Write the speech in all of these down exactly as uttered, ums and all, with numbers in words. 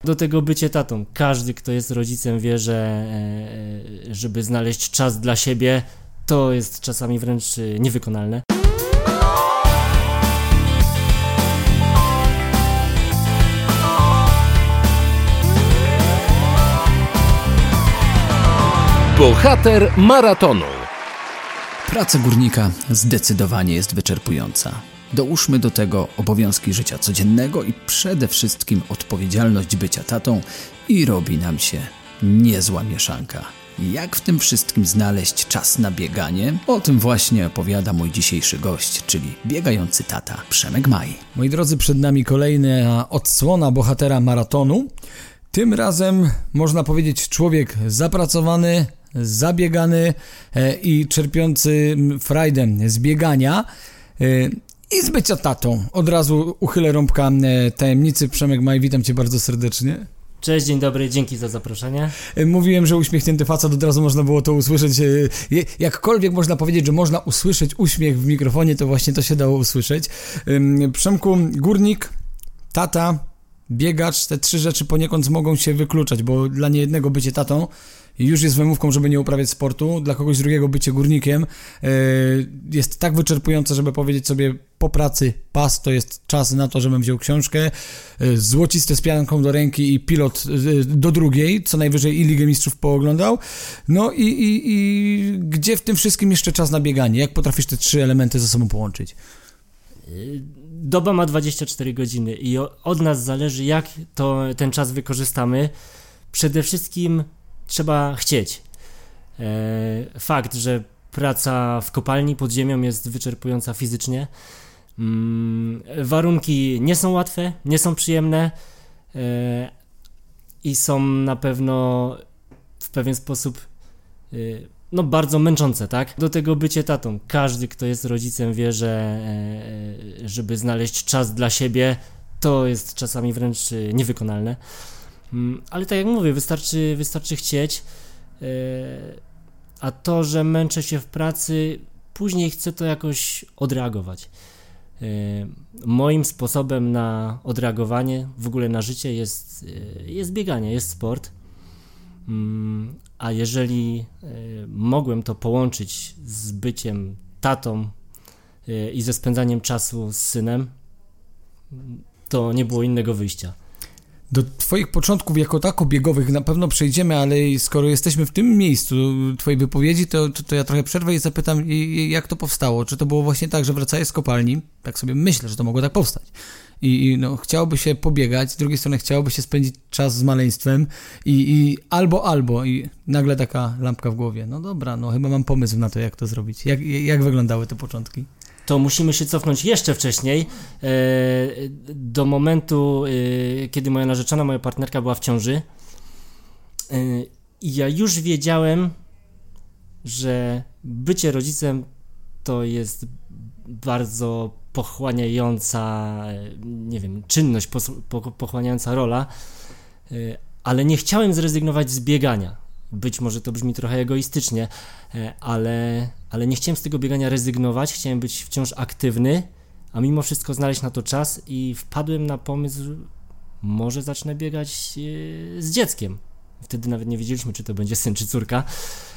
Do tego bycie tatą. Każdy, kto jest rodzicem, wie, że żeby znaleźć czas dla siebie, to jest czasami wręcz niewykonalne. Bohater maratonu. Praca górnika zdecydowanie jest wyczerpująca. Dołóżmy do tego obowiązki życia codziennego i przede wszystkim odpowiedzialność bycia tatą i robi nam się niezła mieszanka. Jak w tym wszystkim znaleźć czas na bieganie? O tym właśnie opowiada mój dzisiejszy gość, czyli biegający tata Przemek Maj. Moi drodzy, przed nami kolejna odsłona bohatera maratonu. Tym razem można powiedzieć człowiek zapracowany, zabiegany i czerpiący frajdę z biegania i z bycia tatą. Od razu uchylę rąbka tajemnicy. Przemek Maj, witam Cię bardzo serdecznie. Cześć, dzień dobry, dzięki za zaproszenie. Mówiłem, że uśmiechnięty facet, od razu można było to usłyszeć. Jakkolwiek można powiedzieć, że można usłyszeć uśmiech w mikrofonie, to właśnie to się dało usłyszeć. Przemku, górnik, tata, biegacz, te trzy rzeczy poniekąd mogą się wykluczać, bo dla niejednego bycie tatą już jest wymówką, żeby nie uprawiać sportu, dla kogoś drugiego bycie górnikiem jest tak wyczerpujące, żeby powiedzieć sobie po pracy pas, to jest czas na to, żebym wziął książkę, złociste z pianką do ręki i pilot do drugiej, co najwyżej i Ligę Mistrzów pooglądał. No i, i, i gdzie w tym wszystkim jeszcze czas na bieganie? Jak potrafisz te trzy elementy ze sobą połączyć? Doba ma dwadzieścia cztery godziny i od nas zależy, jak to, ten czas wykorzystamy. Przede wszystkim trzeba chcieć. E, fakt, że praca w kopalni pod ziemią jest wyczerpująca fizycznie. Mm, warunki nie są łatwe, nie są przyjemne e, i są na pewno w pewien sposób e, no bardzo męczące, tak? Do tego bycie tatą. Każdy, kto jest rodzicem, wie, że e, żeby znaleźć czas dla siebie, to jest czasami wręcz niewykonalne. Ale tak jak mówię, wystarczy, wystarczy chcieć, yy, a to, że męczę się w pracy, później chcę to jakoś odreagować. Yy, moim sposobem na odreagowanie, w ogóle na życie jest, yy, jest bieganie, jest sport, yy, a jeżeli yy, mogłem to połączyć z byciem tatą yy, i ze spędzaniem czasu z synem, to nie było innego wyjścia. Do Twoich początków jako tako biegowych na pewno przejdziemy, ale skoro jesteśmy w tym miejscu Twojej wypowiedzi, to, to, to ja trochę przerwę i zapytam, jak to powstało? Czy to było właśnie tak, że wracałeś z kopalni? Tak sobie myślę, że to mogło tak powstać. I, i no, chciałoby się pobiegać, z drugiej strony chciałoby się spędzić czas z maleństwem i, i albo, albo i nagle taka lampka w głowie. No dobra, no chyba mam pomysł na to, jak to zrobić. Jak, jak wyglądały te początki? To musimy się cofnąć jeszcze wcześniej, do momentu, kiedy moja narzeczona, moja partnerka była w ciąży. I ja już wiedziałem, że bycie rodzicem to jest bardzo pochłaniająca, nie wiem, czynność, pochłaniająca rola, ale nie chciałem zrezygnować z biegania. Być może to brzmi trochę egoistycznie, ale, ale nie chciałem z tego biegania rezygnować, chciałem być wciąż aktywny, a mimo wszystko znaleźć na to czas i wpadłem na pomysł, może zacznę biegać z dzieckiem. Wtedy nawet nie wiedzieliśmy, czy to będzie syn, czy córka.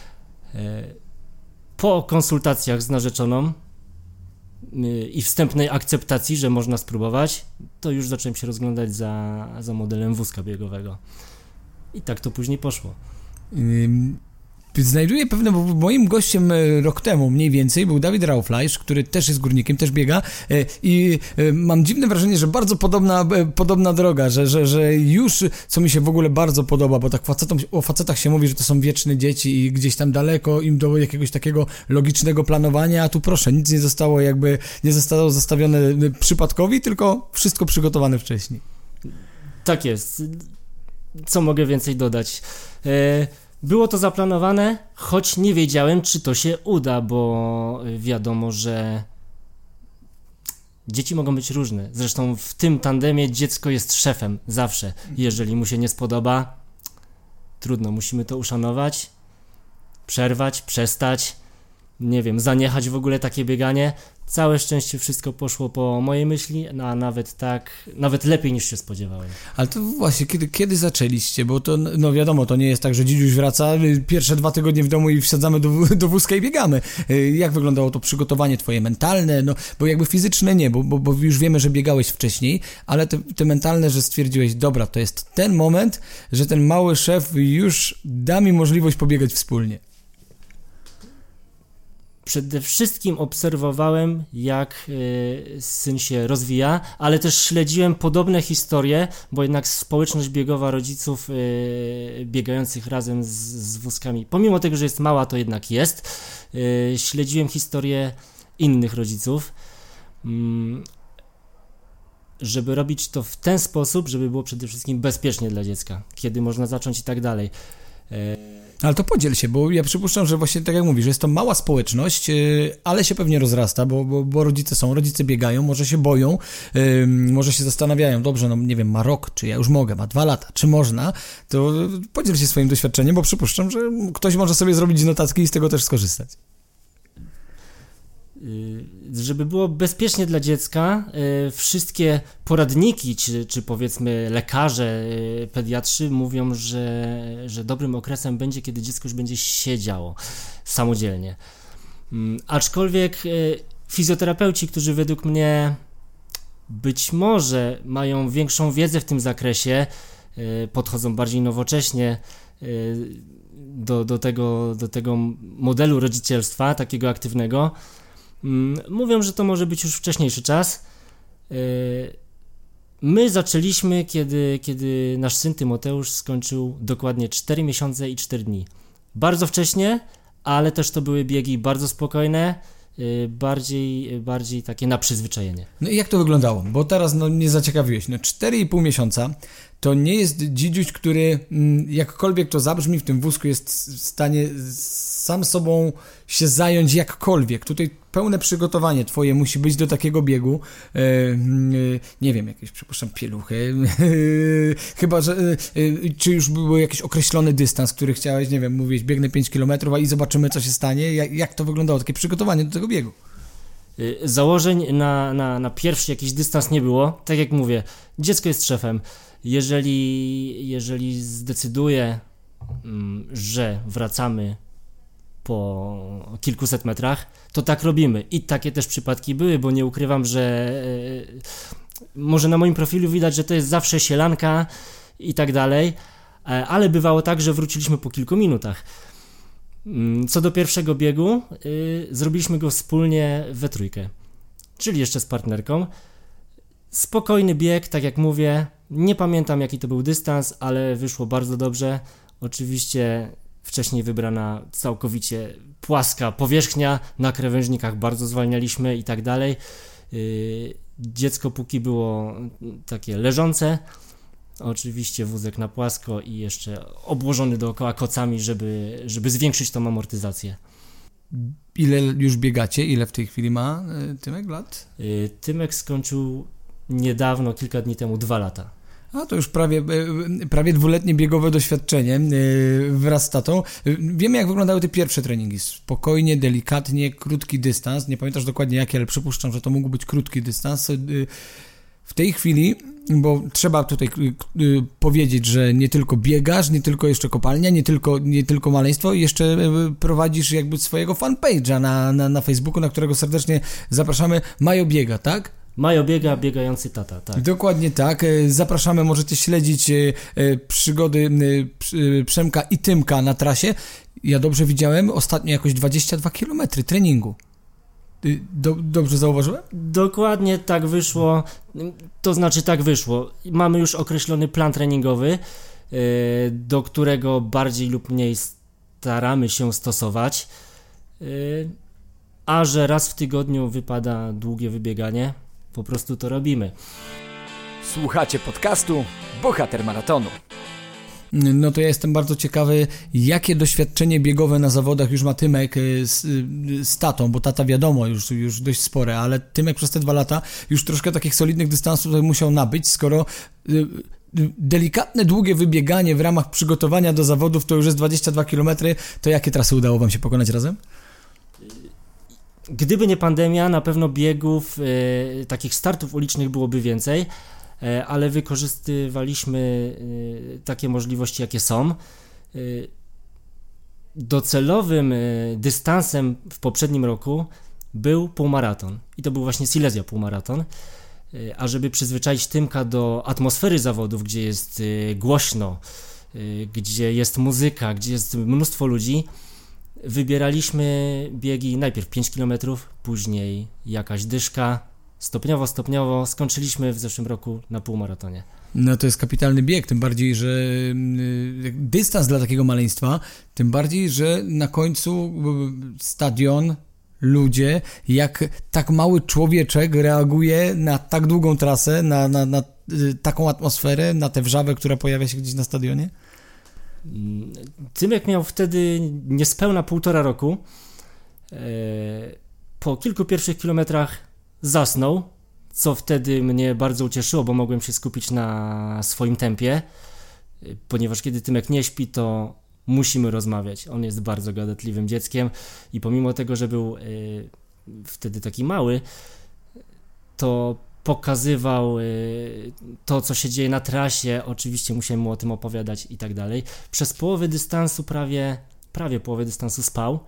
Po konsultacjach z narzeczoną i wstępnej akceptacji, że można spróbować, to już zacząłem się rozglądać za, za modelem wózka biegowego. I tak to później poszło. Znajduję pewne, bo moim gościem rok temu mniej więcej był Dawid Raufleisch, który też jest górnikiem, też biega i mam dziwne wrażenie, że bardzo podobna, podobna droga, że, że, że już, co mi się w ogóle bardzo podoba, bo tak facetom, o facetach się mówi, że to są wieczne dzieci i gdzieś tam daleko im do jakiegoś takiego logicznego planowania, a tu proszę, nic nie zostało jakby, nie zostało zostawione przypadkowi, tylko wszystko przygotowane wcześniej. Tak jest. Co mogę więcej dodać? E- Było to zaplanowane, choć nie wiedziałem, czy to się uda, bo wiadomo, że dzieci mogą być różne. Zresztą w tym tandemie dziecko jest szefem zawsze. Jeżeli mu się nie spodoba, trudno, musimy to uszanować, przerwać, przestać nie wiem, zaniechać w ogóle takie bieganie. Całe szczęście wszystko poszło po mojej myśli, no, a nawet tak, nawet lepiej niż się spodziewałem. Ale to właśnie, kiedy, kiedy zaczęliście? Bo to, no wiadomo, to nie jest tak, że dzidziuś wraca pierwsze dwa tygodnie w domu i wsadzamy do, do wózka i biegamy. Jak wyglądało to przygotowanie twoje mentalne? No, bo jakby fizyczne nie, bo, bo, bo już wiemy, że biegałeś wcześniej, ale te, te mentalne, że stwierdziłeś, dobra, to jest ten moment, że ten mały szef już da mi możliwość pobiegać wspólnie. Przede wszystkim obserwowałem, jak y, syn się rozwija, ale też śledziłem podobne historie, bo jednak społeczność biegowa rodziców y, biegających razem z, z wózkami, pomimo tego, że jest mała, to jednak jest. Y, śledziłem historię innych rodziców, y, żeby robić to w ten sposób, żeby było przede wszystkim bezpiecznie dla dziecka, kiedy można zacząć i tak dalej. Y, Ale to podziel się, bo ja przypuszczam, że właśnie tak jak mówisz, że jest to mała społeczność, yy, ale się pewnie rozrasta, bo, bo, bo rodzice są, rodzice biegają, może się boją, yy, może się zastanawiają, dobrze, no nie wiem, ma rok, czy ja już mogę, ma dwa lata, czy można, to podziel się swoim doświadczeniem, bo przypuszczam, że ktoś może sobie zrobić notatki i z tego też skorzystać. Żeby było bezpiecznie dla dziecka, wszystkie poradniki, czy, czy powiedzmy lekarze, pediatrzy mówią, że, że dobrym okresem będzie, kiedy dziecko już będzie siedziało samodzielnie. Aczkolwiek fizjoterapeuci, którzy według mnie być może mają większą wiedzę w tym zakresie, podchodzą bardziej nowocześnie do, do, tego, do tego modelu rodzicielstwa, takiego aktywnego, mówią, że to może być już wcześniejszy czas. My zaczęliśmy, kiedy, kiedy nasz syn Tymoteusz skończył dokładnie cztery miesiące i cztery dni. Bardzo wcześnie, ale też to były biegi bardzo spokojne, bardziej, bardziej takie na przyzwyczajenie. No i jak to wyglądało? Bo teraz no, mnie zaciekawiłeś. No cztery i pół miesiąca to nie jest dzidziuś, który jakkolwiek to zabrzmi w tym wózku jest w stanie sam sobą się zająć jakkolwiek. Tutaj pełne przygotowanie twoje musi być do takiego biegu. E, e, nie wiem, jakieś, przypuszczam, pieluchy. Chyba, że e, czy już był jakiś określony dystans, który chciałeś, nie wiem, mówić, biegnę pięć kilometrów, a i zobaczymy, co się stanie. Jak, jak to wyglądało, takie przygotowanie do tego biegu? Założeń na, na, na pierwszy jakiś dystans nie było. Tak jak mówię, dziecko jest szefem. Jeżeli, jeżeli zdecyduje, że wracamy po kilkuset metrach, to tak robimy. I takie też przypadki były, bo nie ukrywam, że e, może na moim profilu widać, że to jest zawsze sielanka i tak dalej, e, ale bywało tak, że wróciliśmy po kilku minutach. Co do pierwszego biegu, e, zrobiliśmy go wspólnie we trójkę, czyli jeszcze z partnerką. Spokojny bieg, tak jak mówię, nie pamiętam jaki to był dystans, ale wyszło bardzo dobrze. Oczywiście wcześniej wybrana całkowicie płaska powierzchnia, na krawężnikach bardzo zwalnialiśmy i tak dalej. Dziecko póki było takie leżące, oczywiście wózek na płasko i jeszcze obłożony dookoła kocami, żeby, żeby zwiększyć tą amortyzację. Ile już biegacie? Ile w tej chwili ma Tymek lat? Tymek skończył niedawno, kilka dni temu, dwa lata. A to już prawie, prawie dwuletnie biegowe doświadczenie wraz z tatą. Wiemy, jak wyglądały te pierwsze treningi. Spokojnie, delikatnie, krótki dystans. Nie pamiętasz dokładnie jaki, ale przypuszczam, że to mógł być krótki dystans. W tej chwili, bo trzeba tutaj powiedzieć, że nie tylko biegasz, nie tylko jeszcze kopalnia, nie tylko, nie tylko maleństwo, jeszcze prowadzisz jakby swojego fanpage'a na, na, na Facebooku, na którego serdecznie zapraszamy. Majo biega, tak? Majo biega, biegający tata, tak. Dokładnie tak. Zapraszamy, możecie śledzić przygody Przemka i Tymka na trasie. Ja dobrze widziałem ostatnio jakoś dwadzieścia dwa kilometry treningu. Do, dobrze zauważyłem? Dokładnie tak wyszło, to znaczy tak wyszło. Mamy już określony plan treningowy, do którego bardziej lub mniej staramy się stosować, a że raz w tygodniu wypada długie wybieganie, po prostu to robimy. Słuchacie podcastu Bohater Maratonu. No to ja jestem bardzo ciekawy, jakie doświadczenie biegowe na zawodach już ma Tymek z, z tatą, bo tata wiadomo, już, już dość spore, ale Tymek przez te dwa lata już troszkę takich solidnych dystansów tutaj musiał nabyć, skoro delikatne, długie wybieganie w ramach przygotowania do zawodów to już jest dwadzieścia dwa kilometry, to jakie trasy udało wam się pokonać razem? Gdyby nie pandemia, na pewno biegów, e, takich startów ulicznych byłoby więcej, e, ale wykorzystywaliśmy e, takie możliwości, jakie są. E, docelowym e, dystansem w poprzednim roku był półmaraton i to był właśnie Silesia półmaraton. E, a żeby przyzwyczaić Tymka do atmosfery zawodów, gdzie jest e, głośno, e, gdzie jest muzyka, gdzie jest mnóstwo ludzi, wybieraliśmy biegi najpierw pięć kilometrów, później jakaś dyszka, stopniowo, stopniowo skończyliśmy w zeszłym roku na półmaratonie. No to jest kapitalny bieg, tym bardziej, że y, dystans dla takiego maleństwa, tym bardziej, że na końcu y, stadion, ludzie, jak tak mały człowieczek reaguje na tak długą trasę, na, na, na y, taką atmosferę, na tę wrzawę, która pojawia się gdzieś na stadionie? Tymek miał wtedy niespełna półtora roku. Po kilku pierwszych kilometrach zasnął, co wtedy mnie bardzo ucieszyło, bo mogłem się skupić na swoim tempie, ponieważ kiedy Tymek nie śpi, to musimy rozmawiać. On jest bardzo gadatliwym dzieckiem i pomimo tego, że był wtedy taki mały, to pokazywał to, co się dzieje na trasie, oczywiście musiałem mu o tym opowiadać i tak dalej. Przez połowę dystansu, prawie, prawie połowę dystansu spał,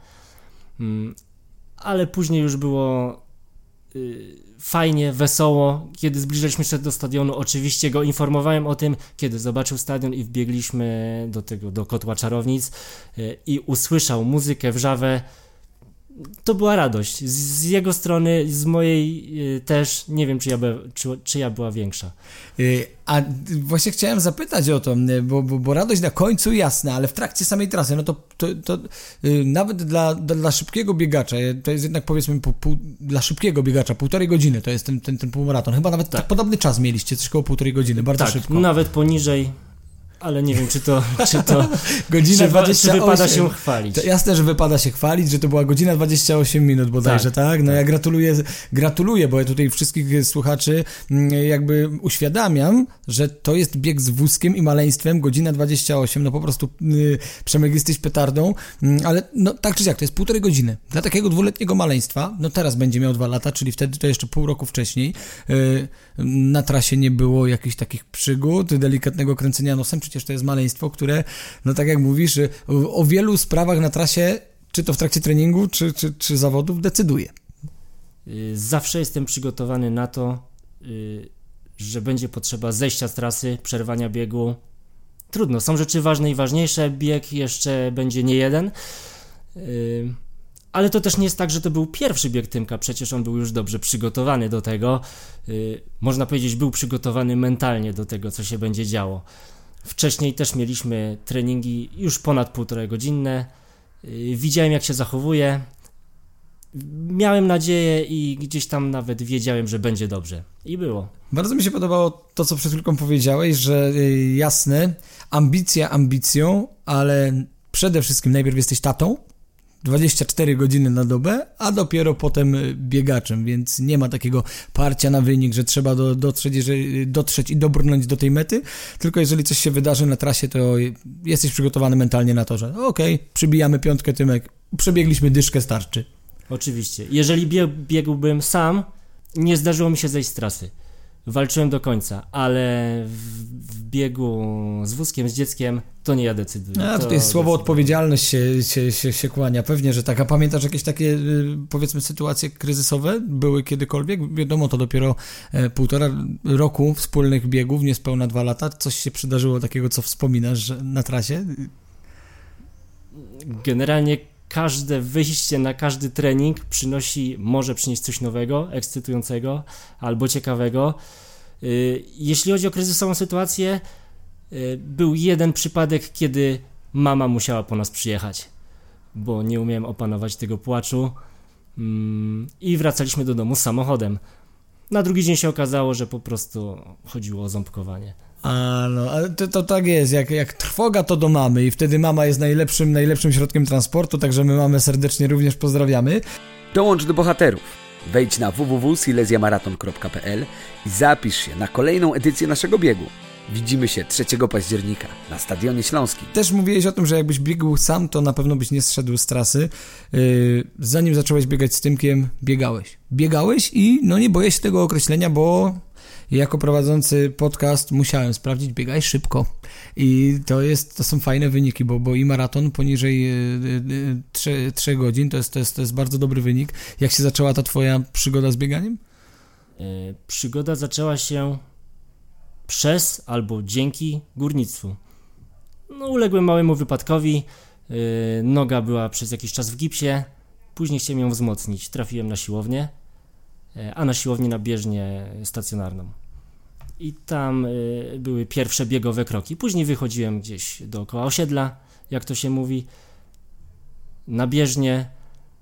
ale później już było fajnie, wesoło. Kiedy zbliżaliśmy się do stadionu, oczywiście go informowałem o tym, kiedy zobaczył stadion i wbiegliśmy do tego, do kotła czarownic i usłyszał muzykę, wrzawę. To była radość. Z, z jego strony, z mojej y, też, nie wiem, czy ja by, czy, czyja była większa. Y, a właśnie chciałem zapytać o to, bo, bo, bo radość na końcu jasna, ale w trakcie samej trasy, no to, to, to y, nawet dla, dla, dla szybkiego biegacza, to jest jednak powiedzmy po, pół, dla szybkiego biegacza półtorej godziny, to jest ten, ten, ten półmaraton. Chyba nawet tak. podobny czas mieliście, coś koło półtorej godziny, bardzo tak, szybko. Nawet poniżej. Ale nie wiem, czy to, czy to godzina czy, dwadzieścia osiem. Czy wypada się chwalić. To jasne, że wypada się chwalić, że to była godzina dwadzieścia osiem minut bodajże, tak? tak? No tak. Ja gratuluję, gratuluję, bo ja tutaj wszystkich słuchaczy jakby uświadamiam, że to jest bieg z wózkiem i maleństwem, godzina dwadzieścia osiem, no po prostu yy, Przemek, jesteś petardą, yy, ale no tak czy siak, to jest półtorej godziny. Dla takiego dwuletniego maleństwa, no teraz będzie miał dwa lata, czyli wtedy to jeszcze pół roku wcześniej, yy, na trasie nie było jakichś takich przygód, delikatnego kręcenia nosem, przecież to jest maleństwo, które, no tak jak mówisz, o, o wielu sprawach na trasie, czy to w trakcie treningu, czy, czy, czy zawodów, decyduje. Zawsze jestem przygotowany na to, że będzie potrzeba zejścia z trasy, przerwania biegu. Trudno, są rzeczy ważne i ważniejsze, bieg jeszcze będzie nie jeden, ale to też nie jest tak, że to był pierwszy bieg Tymka, przecież on był już dobrze przygotowany do tego, można powiedzieć, był przygotowany mentalnie do tego, co się będzie działo. Wcześniej też mieliśmy treningi już ponad półtorej godzinne, widziałem, jak się zachowuje, miałem nadzieję i gdzieś tam nawet wiedziałem, że będzie dobrze. I było. Bardzo mi się podobało to, co przed chwilką powiedziałeś, że jasne, ambicja ambicją, ale przede wszystkim najpierw jesteś tatą, dwadzieścia cztery godziny na dobę, a dopiero potem biegaczem, więc nie ma takiego parcia na wynik, że trzeba do, dotrzeć, jeżeli, dotrzeć i dobrnąć do tej mety, tylko jeżeli coś się wydarzy na trasie, to jesteś przygotowany mentalnie na to, że okej, okay, przybijamy piątkę, Tymek, przebiegliśmy dyszkę, starczy. Oczywiście. Jeżeli bieg, biegłbym sam, nie zdarzyło mi się zejść z trasy. Walczyłem do końca, ale w, w biegu z wózkiem, z dzieckiem, to nie ja decyduję. A tutaj to słowo decyduję. Odpowiedzialność się, się, się, się kłania. Pewnie, że tak. A pamiętasz jakieś takie, powiedzmy, sytuacje kryzysowe były kiedykolwiek? Wiadomo, to dopiero e, półtora roku wspólnych biegów, niespełna dwa lata. Coś się przydarzyło takiego, co wspominasz na trasie? Generalnie każde wyjście na każdy trening przynosi, może przynieść coś nowego, ekscytującego albo ciekawego. Jeśli chodzi o kryzysową sytuację, był jeden przypadek, kiedy mama musiała po nas przyjechać, bo nie umiałem opanować tego płaczu i wracaliśmy do domu z samochodem. Na drugi dzień się okazało, że po prostu chodziło o ząbkowanie. A no, ale to, to tak jest, jak, jak trwoga to do mamy i wtedy mama jest najlepszym, najlepszym środkiem transportu, także my mamę serdecznie również pozdrawiamy. Dołącz do bohaterów. Wejdź na w w w kropka silesiamaraton kropka p l i zapisz się na kolejną edycję naszego biegu. Widzimy się trzeciego października na Stadionie Śląskim. Też mówiłeś o tym, że jakbyś biegł sam, to na pewno byś nie zszedł z trasy. Yy, zanim zacząłeś biegać z Tymkiem, biegałeś. Biegałeś i no nie boję się tego określenia, bo jako prowadzący podcast musiałem sprawdzić, biegaj szybko. I to jest, to są fajne wyniki, bo, bo i maraton poniżej trzech godzin to jest, to, jest, to jest bardzo dobry wynik. Jak się zaczęła ta twoja przygoda z bieganiem? Yy, przygoda zaczęła się przez albo dzięki górnictwu. No, uległem małemu wypadkowi, yy, noga była przez jakiś czas w gipsie, później chciałem ją wzmocnić. Trafiłem na siłownię, yy, a na siłownię na bieżnię stacjonarną. I tam y, były pierwsze biegowe kroki. Później wychodziłem gdzieś dookoła osiedla, jak to się mówi, na bieżnię,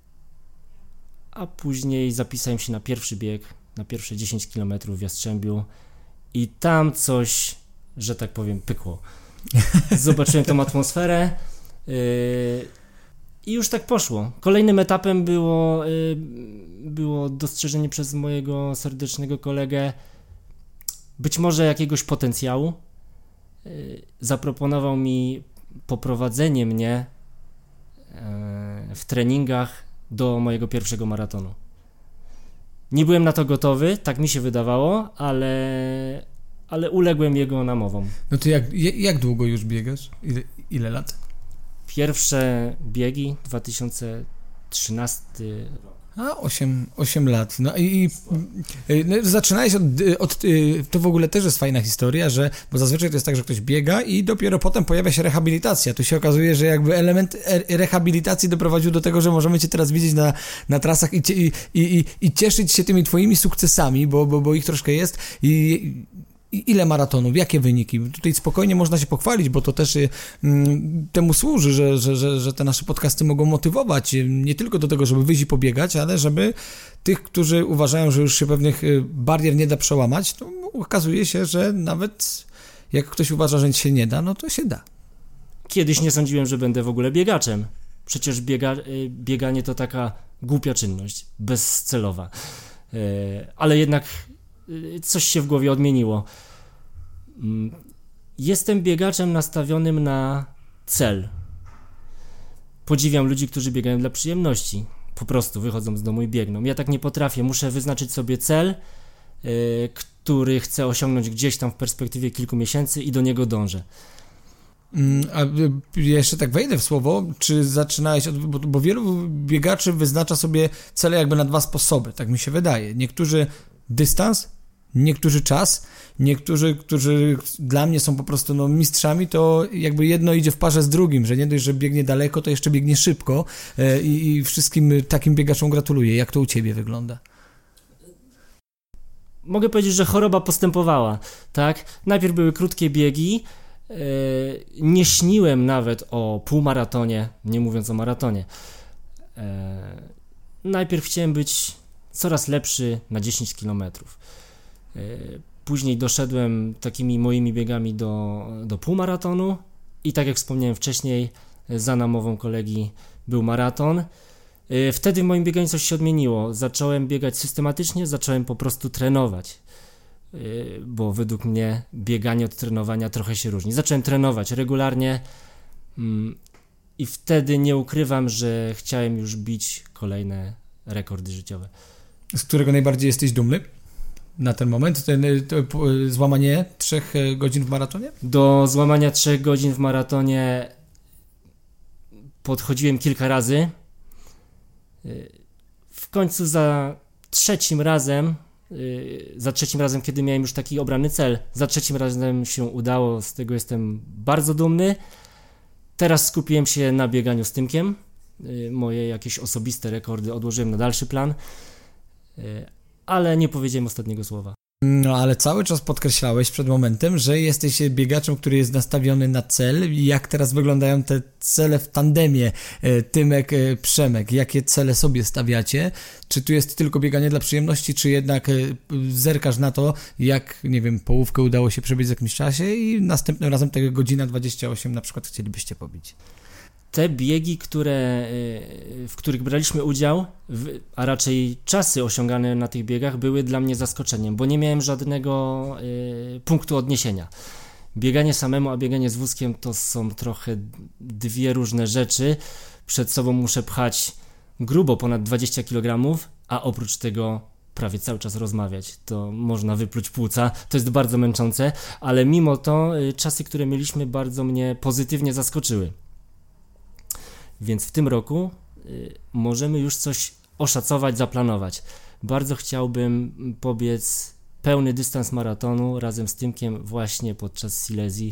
a później zapisałem się na pierwszy bieg, na pierwsze dziesięć kilometrów w Jastrzębiu i tam coś, że tak powiem, pykło. Zobaczyłem tą atmosferę yy, i już tak poszło. Kolejnym etapem było, yy, było dostrzeżenie przez mojego serdecznego kolegę być może jakiegoś potencjału. Zaproponował mi poprowadzenie mnie w treningach do mojego pierwszego maratonu. Nie byłem na to gotowy, tak mi się wydawało, ale, ale uległem jego namowom. No to jak, jak długo już biegasz? Ile, ile lat? Pierwsze biegi dwa tysiące trzynasty rok. A, osiem lat. No i, i no, zaczynałeś od, od... To w ogóle też jest fajna historia, że... Bo zazwyczaj to jest tak, że ktoś biega i dopiero potem pojawia się rehabilitacja. Tu się okazuje, że jakby element rehabilitacji doprowadził do tego, że możemy cię teraz widzieć na, na trasach i, i, i, i cieszyć się tymi twoimi sukcesami, bo, bo, bo ich troszkę jest. I... I ile maratonów, jakie wyniki? Tutaj spokojnie można się pochwalić, bo to też y, temu służy, że, że, że, że te nasze podcasty mogą motywować nie tylko do tego, żeby wyjść i pobiegać, ale żeby tych, którzy uważają, że już się pewnych barier nie da przełamać, to okazuje się, że nawet jak ktoś uważa, że nic się nie da, no to się da. Kiedyś nie sądziłem, że będę w ogóle biegaczem. Przecież biega, bieganie to taka głupia czynność, bezcelowa. Ale jednak coś się w głowie odmieniło. Jestem biegaczem nastawionym na cel. Podziwiam ludzi, którzy biegają dla przyjemności. Po prostu wychodzą z domu i biegną. Ja tak nie potrafię. Muszę wyznaczyć sobie cel, yy, który chcę osiągnąć gdzieś tam w perspektywie kilku miesięcy i do niego dążę. A jeszcze tak wejdę w słowo, czy zaczynałeś, od, bo, bo wielu biegaczy wyznacza sobie cele jakby na dwa sposoby, tak mi się wydaje. Niektórzy dystans, niektórzy czas, niektórzy, którzy dla mnie są po prostu no, mistrzami, to jakby jedno idzie w parze z drugim, że nie dość, że biegnie daleko, to jeszcze biegnie szybko e, i, i wszystkim takim biegaczom gratuluję. Jak to u ciebie wygląda? Mogę powiedzieć, że choroba postępowała, tak? Najpierw były krótkie biegi, e, nie śniłem nawet o półmaratonie, nie mówiąc o maratonie. E, najpierw chciałem być coraz lepszy na dziesięć kilometrów. Później doszedłem takimi moimi biegami do, do półmaratonu i tak jak wspomniałem wcześniej, za namową kolegi był maraton. Wtedy w moim bieganiu coś się odmieniło. Zacząłem biegać systematycznie, zacząłem po prostu trenować, bo według mnie bieganie od trenowania trochę się różni. Zacząłem trenować regularnie i wtedy nie ukrywam, że chciałem już bić kolejne rekordy życiowe. Z którego najbardziej jesteś dumny? Na ten moment? Ten, to, złamanie trzech godzin w maratonie? Do złamania trzech godzin w maratonie podchodziłem kilka razy. W końcu za trzecim razem, za trzecim razem, kiedy miałem już taki obrany cel, za trzecim razem się udało, z tego jestem bardzo dumny. Teraz skupiłem się na bieganiu z Tymkiem. Moje jakieś osobiste rekordy odłożyłem na dalszy plan. Ale nie powiedziałem ostatniego słowa. No ale cały czas podkreślałeś przed momentem, że jesteś biegaczem, który jest nastawiony na cel. Jak teraz wyglądają te cele w tandemie Tymek, Przemek? Jakie cele sobie stawiacie? Czy tu jest tylko bieganie dla przyjemności, czy jednak zerkasz na to, jak, nie wiem, połówkę udało się przebiec w jakimś czasie i następnym razem tego godzina dwadzieścia osiem na przykład chcielibyście pobić? Te biegi, które, w których braliśmy udział, a raczej czasy osiągane na tych biegach były dla mnie zaskoczeniem, bo nie miałem żadnego punktu odniesienia. Bieganie samemu, a bieganie z wózkiem to są trochę dwie różne rzeczy. Przed sobą muszę pchać grubo ponad dwadzieścia kilogramów, a oprócz tego prawie cały czas rozmawiać. To można wypluć płuca, to jest bardzo męczące, ale mimo to y, czasy, które mieliśmy, bardzo mnie pozytywnie zaskoczyły. Więc w tym roku y, możemy już coś oszacować, zaplanować. Bardzo chciałbym pobiec pełny dystans maratonu razem z Tymkiem właśnie podczas Silesii.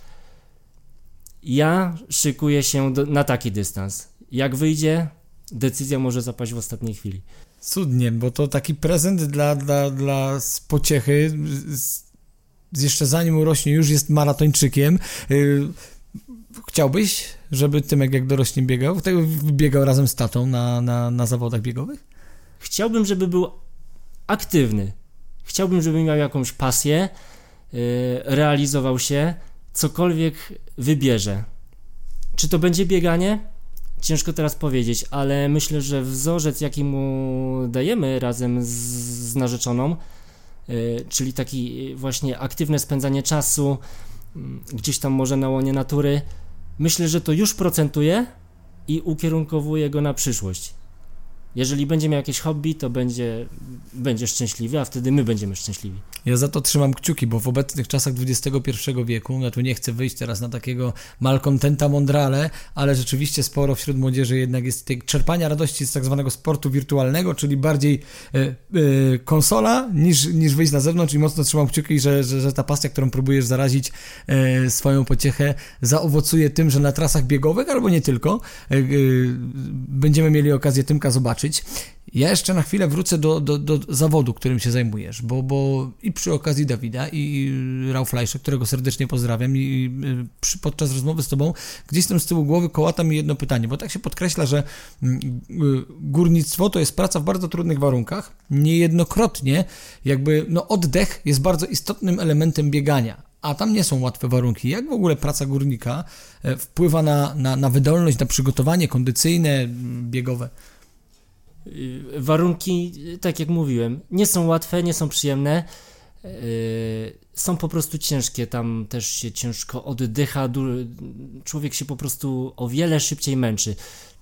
Ja szykuję się do, na taki dystans. Jak wyjdzie, decyzja może zapaść w ostatniej chwili. Cudnie, bo to taki prezent dla, dla, dla z pociechy. Z, jeszcze zanim urośnie, już jest maratończykiem. Yy, chciałbyś, żeby Tymek jak dorośnie biegał? Biegał razem z tatą na, na, na zawodach biegowych? Chciałbym, żeby był aktywny. Chciałbym, żeby miał jakąś pasję, yy, realizował się, cokolwiek wybierze. Czy to będzie bieganie? Ciężko teraz powiedzieć, ale myślę, że wzorzec, jaki mu dajemy razem z, z narzeczoną, yy, czyli taki właśnie aktywne spędzanie czasu, yy, gdzieś tam może na łonie natury, myślę, że to już procentuje i ukierunkowuje go na przyszłość. Jeżeli będzie miał jakieś hobby, to będzie, będzie szczęśliwy, a wtedy my będziemy szczęśliwi. Ja za to trzymam kciuki, bo w obecnych czasach dwudziestego pierwszego wieku, ja tu nie chcę wyjść teraz na takiego malcontenta mondrale, ale rzeczywiście sporo wśród młodzieży jednak jest tej czerpania radości z tak zwanego sportu wirtualnego, czyli bardziej e, e, konsola niż, niż wyjść na zewnątrz i mocno trzymam kciuki, że, że, że ta pasja, którą próbujesz zarazić e, swoją pociechę, zaowocuje tym, że na trasach biegowych, albo nie tylko, e, e, będziemy mieli okazję Tymka zobaczyć. Ja jeszcze na chwilę wrócę do, do, do zawodu, którym się zajmujesz, bo, bo i przy okazji Dawida i Ralf Leische, którego serdecznie pozdrawiam, i przy, podczas rozmowy z tobą gdzieś tam z tyłu głowy kołata mi jedno pytanie, bo tak się podkreśla, że górnictwo to jest praca w bardzo trudnych warunkach, niejednokrotnie jakby no oddech jest bardzo istotnym elementem biegania, a tam nie są łatwe warunki. Jak w ogóle praca górnika wpływa na, na, na wydolność, na przygotowanie kondycyjne, biegowe? Warunki, tak jak mówiłem, nie są łatwe, nie są przyjemne, yy, są po prostu ciężkie, tam też się ciężko oddycha, du- człowiek się po prostu o wiele szybciej męczy.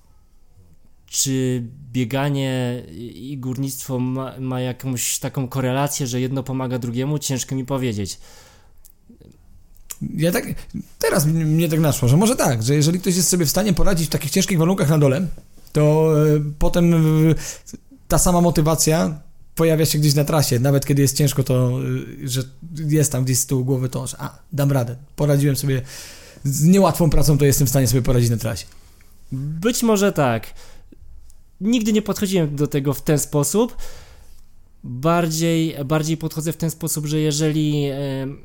Czy bieganie i górnictwo ma, ma jakąś taką korelację, że jedno pomaga drugiemu? Ciężko mi powiedzieć. Ja tak, teraz mnie tak naszło, że może tak, że jeżeli ktoś jest sobie w stanie poradzić w takich ciężkich warunkach na dole, to y, potem y, ta sama motywacja pojawia się gdzieś na trasie, nawet kiedy jest ciężko, to y, że jest tam gdzieś z tyłu głowy to, że a, dam radę, poradziłem sobie z niełatwą pracą, to jestem w stanie sobie poradzić na trasie. Być może tak. Nigdy nie podchodziłem do tego w ten sposób. Bardziej, bardziej podchodzę w ten sposób, że jeżeli y,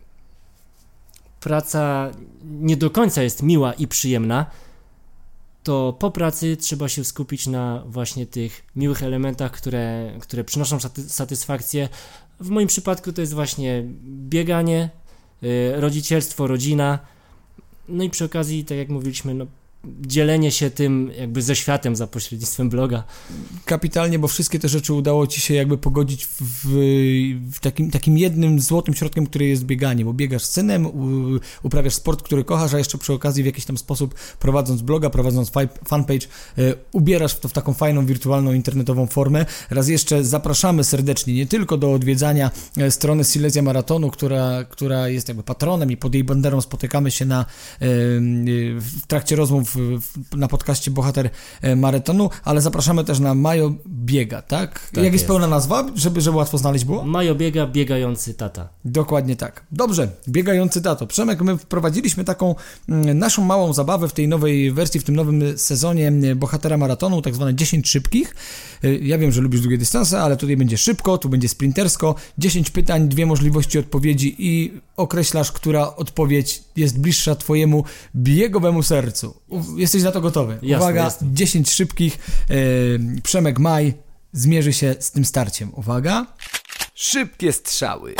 praca nie do końca jest miła i przyjemna, to po pracy trzeba się skupić na właśnie tych miłych elementach, które, które przynoszą satysfakcję. W moim przypadku to jest właśnie bieganie, yy, rodzicielstwo, rodzina, no i przy okazji, tak jak mówiliśmy, no, dzielenie się tym jakby ze światem za pośrednictwem bloga. Kapitalnie, bo wszystkie te rzeczy udało ci się jakby pogodzić w, w takim, takim jednym złotym środkiem, który jest bieganie, bo biegasz z synem, u, uprawiasz sport, który kochasz, a jeszcze przy okazji w jakiś tam sposób prowadząc bloga, prowadząc fanpage, y, ubierasz to w taką fajną, wirtualną, internetową formę. Raz jeszcze zapraszamy serdecznie nie tylko do odwiedzania y, strony Silesia Maratonu, która, która jest jakby patronem i pod jej banderą spotykamy się na, y, y, w trakcie rozmów na podcaście Bohater Maratonu, ale zapraszamy też na Majo Biega, tak? Tak Jak jest, jest pełna nazwa, żeby, żeby łatwo znaleźć było? Majo Biega, biegający tata. Dokładnie tak. Dobrze, biegający tato. Przemek, my wprowadziliśmy taką mm, naszą małą zabawę w tej nowej wersji, w tym nowym sezonie Bohatera Maratonu, tak zwane dziesięć szybkich. Ja wiem, że lubisz długie dystanse, ale tutaj będzie szybko, tu będzie sprintersko. dziesięć pytań, dwie możliwości odpowiedzi i określasz, która odpowiedź jest bliższa twojemu biegowemu sercu. Jesteś na to gotowy? Jasne, Uwaga, jestem. dziesięć szybkich. Yy, Przemek Maj zmierzy się z tym starciem. Uwaga. Szybkie strzały.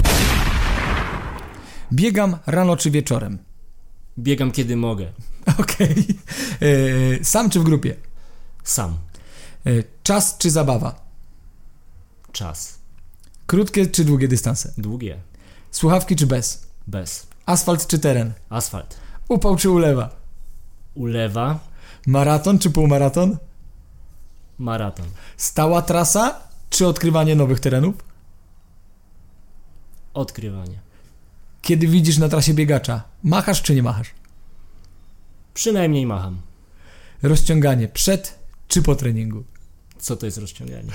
Biegam rano czy wieczorem? Biegam kiedy mogę. Okej. Okay. Yy, sam czy w grupie? Sam. Yy, czas czy zabawa? Czas. Krótkie czy długie dystanse? Długie. Słuchawki czy bez? Bez. Asfalt czy teren? Asfalt. Upał czy ulewa? Ulewa. Maraton czy półmaraton? Maraton. Stała trasa czy odkrywanie nowych terenów? Odkrywanie. Kiedy widzisz na trasie biegacza, machasz czy nie machasz? Przynajmniej macham. Rozciąganie przed czy po treningu? Co to jest rozciąganie?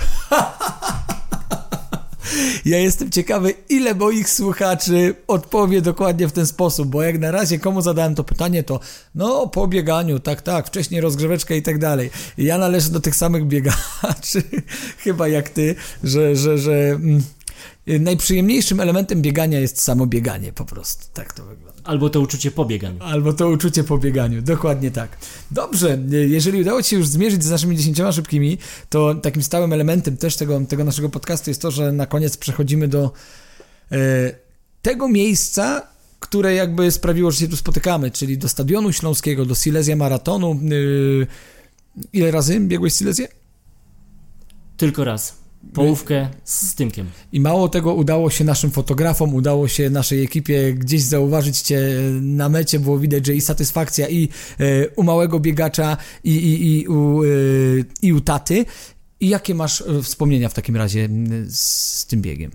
Ja jestem ciekawy, ile moich słuchaczy odpowie dokładnie w ten sposób, bo jak na razie komu zadałem to pytanie, to no po bieganiu, tak, tak, wcześniej rozgrzeweczka i tak dalej. I ja należę do tych samych biegaczy, chyba jak ty, że, że, że mm, najprzyjemniejszym elementem biegania jest samo bieganie po prostu, tak to wygląda. Albo to uczucie po bieganiu. Albo to uczucie po bieganiu, dokładnie tak. Dobrze, jeżeli udało Ci się już zmierzyć z naszymi dziesięcioma szybkimi, to takim stałym elementem też tego, tego naszego podcastu jest to, że na koniec przechodzimy do e, tego miejsca, które jakby sprawiło, że się tu spotykamy, czyli do Stadionu Śląskiego, do Silesia Maratonu. E, ile razy biegłeś Silesię? Tylko raz. Połówkę z Tymkiem. I mało tego, udało się naszym fotografom, udało się naszej ekipie gdzieś zauważyć Cię na mecie, było widać, że i satysfakcja i e, u małego biegacza i, i, i, u, e, i u taty. I jakie masz wspomnienia w takim razie z tym biegiem?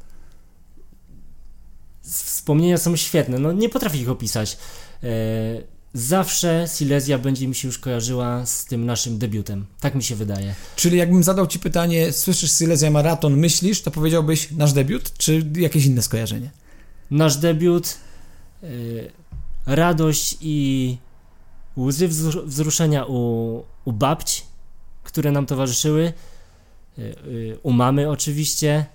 Wspomnienia są świetne, no nie potrafię ich opisać. E, Zawsze Silesia będzie mi się już kojarzyła z tym naszym debiutem. Tak mi się wydaje. Czyli jakbym zadał Ci pytanie, słyszysz Silesia Maraton, myślisz, to powiedziałbyś nasz debiut, czy jakieś inne skojarzenie? Nasz debiut, yy, radość i łzy wzru- wzruszenia u, u babci, które nam towarzyszyły, yy, yy, u mamy oczywiście.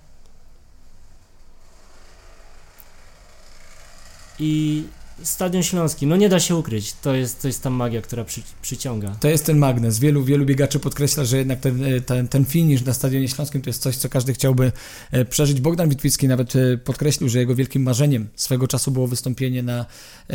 I Stadion Śląski, no nie da się ukryć, to jest, to jest ta magia, która przy, przyciąga. To jest ten magnes. Wielu, wielu biegaczy podkreśla, że jednak ten, ten, ten finisz na Stadionie Śląskim to jest coś, co każdy chciałby przeżyć. Bogdan Witwicki nawet podkreślił, że jego wielkim marzeniem swego czasu było wystąpienie na e,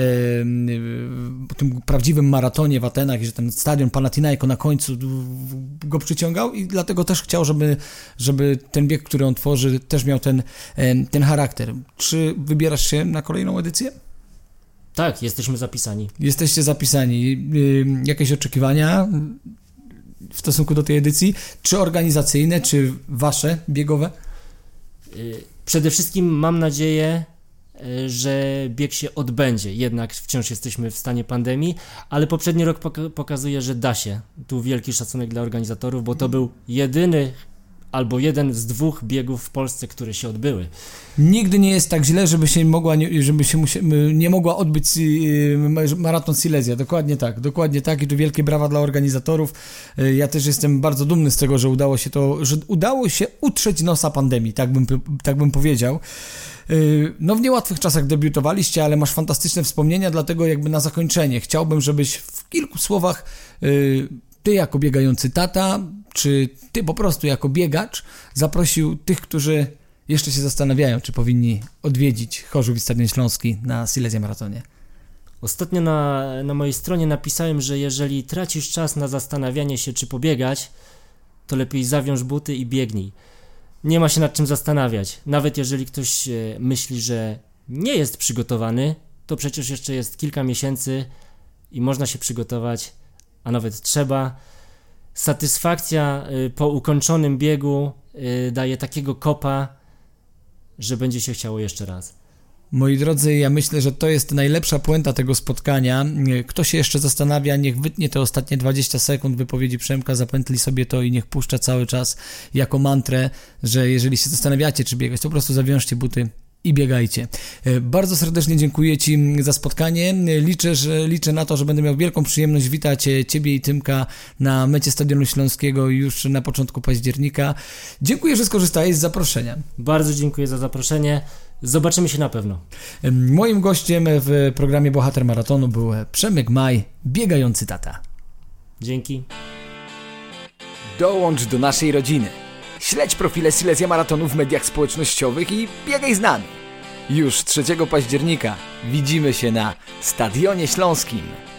tym prawdziwym maratonie w Atenach i że ten stadion Panathinaiko na końcu go przyciągał i dlatego też chciał, żeby, żeby ten bieg, który on tworzy, też miał ten, ten charakter. Czy wybierasz się na kolejną edycję? Tak, jesteśmy zapisani. Jesteście zapisani. Jakieś oczekiwania w stosunku do tej edycji? Czy organizacyjne, czy wasze biegowe? Przede wszystkim mam nadzieję, że bieg się odbędzie. Jednak wciąż jesteśmy w stanie pandemii, ale poprzedni rok poka- pokazuje, że da się. Tu wielki szacunek dla organizatorów, bo to był jedyny albo jeden z dwóch biegów w Polsce, które się odbyły. Nigdy nie jest tak źle, żeby się mogła, nie, żeby się musia, nie mogła odbyć maraton Silesia. Dokładnie tak, dokładnie tak i tu wielkie brawa dla organizatorów. Ja też jestem bardzo dumny z tego, że udało się to, że udało się utrzeć nosa pandemii, tak bym, tak bym powiedział. No w niełatwych czasach debiutowaliście, ale masz fantastyczne wspomnienia, dlatego jakby na zakończenie chciałbym, żebyś w kilku słowach ty jako biegający tata, czy ty po prostu jako biegacz zaprosił tych, którzy jeszcze się zastanawiają, czy powinni odwiedzić Chorzów i Stadion Śląski na Silesia Maratonie. Ostatnio na, na mojej stronie napisałem, że jeżeli tracisz czas na zastanawianie się, czy pobiegać, to lepiej zawiąż buty i biegnij. Nie ma się nad czym zastanawiać. Nawet jeżeli ktoś myśli, że nie jest przygotowany, to przecież jeszcze jest kilka miesięcy i można się przygotować, a nawet trzeba. Satysfakcja po ukończonym biegu daje takiego kopa, że będzie się chciało jeszcze raz. Moi drodzy, ja myślę, że to jest najlepsza puenta tego spotkania. Kto się jeszcze zastanawia, niech wytnie te ostatnie dwadzieścia sekund wypowiedzi Przemka, zapętli sobie to i niech puszcza cały czas jako mantrę, że jeżeli się zastanawiacie, czy biegać, to po prostu zawiążcie buty i biegajcie. Bardzo serdecznie dziękuję Ci za spotkanie. Liczę, że, liczę na to, że będę miał wielką przyjemność witać Ciebie i Tymka na mecie Stadionu Śląskiego już na początku października. Dziękuję, że skorzystałeś z zaproszenia. Bardzo dziękuję za zaproszenie. Zobaczymy się na pewno. Moim gościem w programie Bohater Maratonu był Przemek Maj, biegający tata. Dzięki. Dołącz do naszej rodziny. Śledź profile Silesia Maratonu w mediach społecznościowych i biegaj z nami. Już trzeciego października widzimy się na Stadionie Śląskim.